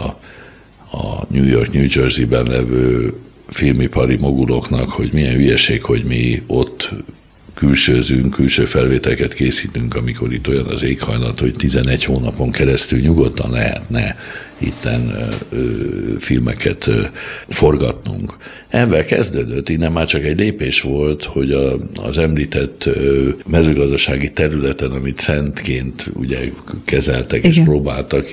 a New York, New Jersey-ben levő filmipari moguloknak, hogy milyen hülyeség, hogy mi ott külsőzünk, külső felvételeket készítünk, amikor itt olyan az éghajlat, hogy 11 hónapon keresztül nyugodtan lehetne itten filmeket forgatnunk. Ezzel kezdődött, innen már csak egy lépés volt, hogy az említett mezőgazdasági területen, amit szentként ugye kezeltek, igen, és próbáltak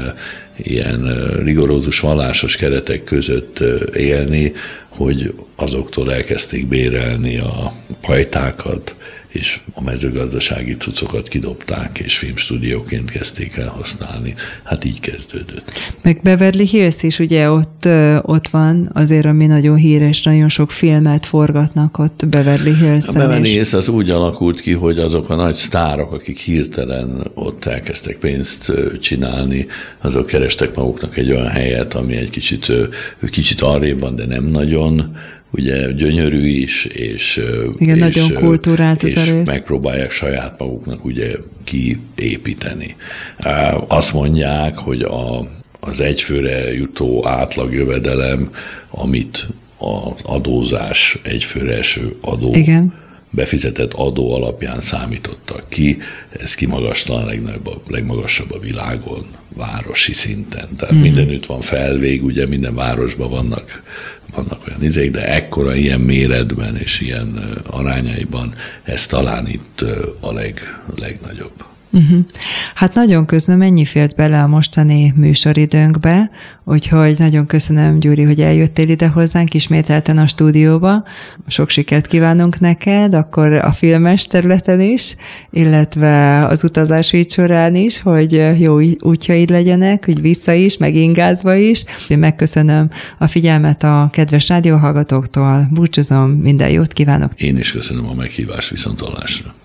ilyen rigorózus vallásos keretek között élni, hogy azoktól elkezdték bérelni a pajtákat, és a mezőgazdasági cuccokat kidobták, és filmstúdióként kezdték el használni. Hát így kezdődött. Meg Beverly Hills is ugye ott van, azért ami nagyon híres, nagyon sok filmet forgatnak ott Beverly Hills-en. A Beverly Hills az úgy alakult ki, hogy azok a nagy sztárok, akik hirtelen ott elkezdtek pénzt csinálni, azok kerestek maguknak egy olyan helyet, ami egy kicsit arrébb van, de nem nagyon, ugye gyönyörű is, és nagyon kultúrált az a rész. Megpróbálják saját maguknak ugye kiépíteni. Azt mondják, hogy az egyfőre jutó átlagjövedelem, amit az adózás egyfőre eső adó, igen, befizetett adó alapján számítottak ki, ez kimagastalan legmagasabb a világon, városi szinten. Tehát mindenütt van felvég, ugye minden városban vannak olyan izék, de ekkora ilyen méretben és ilyen arányaiban ez talán itt a legnagyobb. Hát nagyon köszönöm, ennyi fért bele a mostani műsoridőnkbe, úgyhogy nagyon köszönöm, Gyuri, hogy eljöttél ide hozzánk ismételten a stúdióba. Sok sikert kívánunk neked, akkor a filmes területen is, illetve az utazási során is, hogy jó útjaid legyenek, hogy vissza is, meg ingázva is. Én megköszönöm a figyelmet a kedves rádióhallgatóktól, búcsúzom, minden jót kívánok. Én is köszönöm a meghívást, viszonthallásra.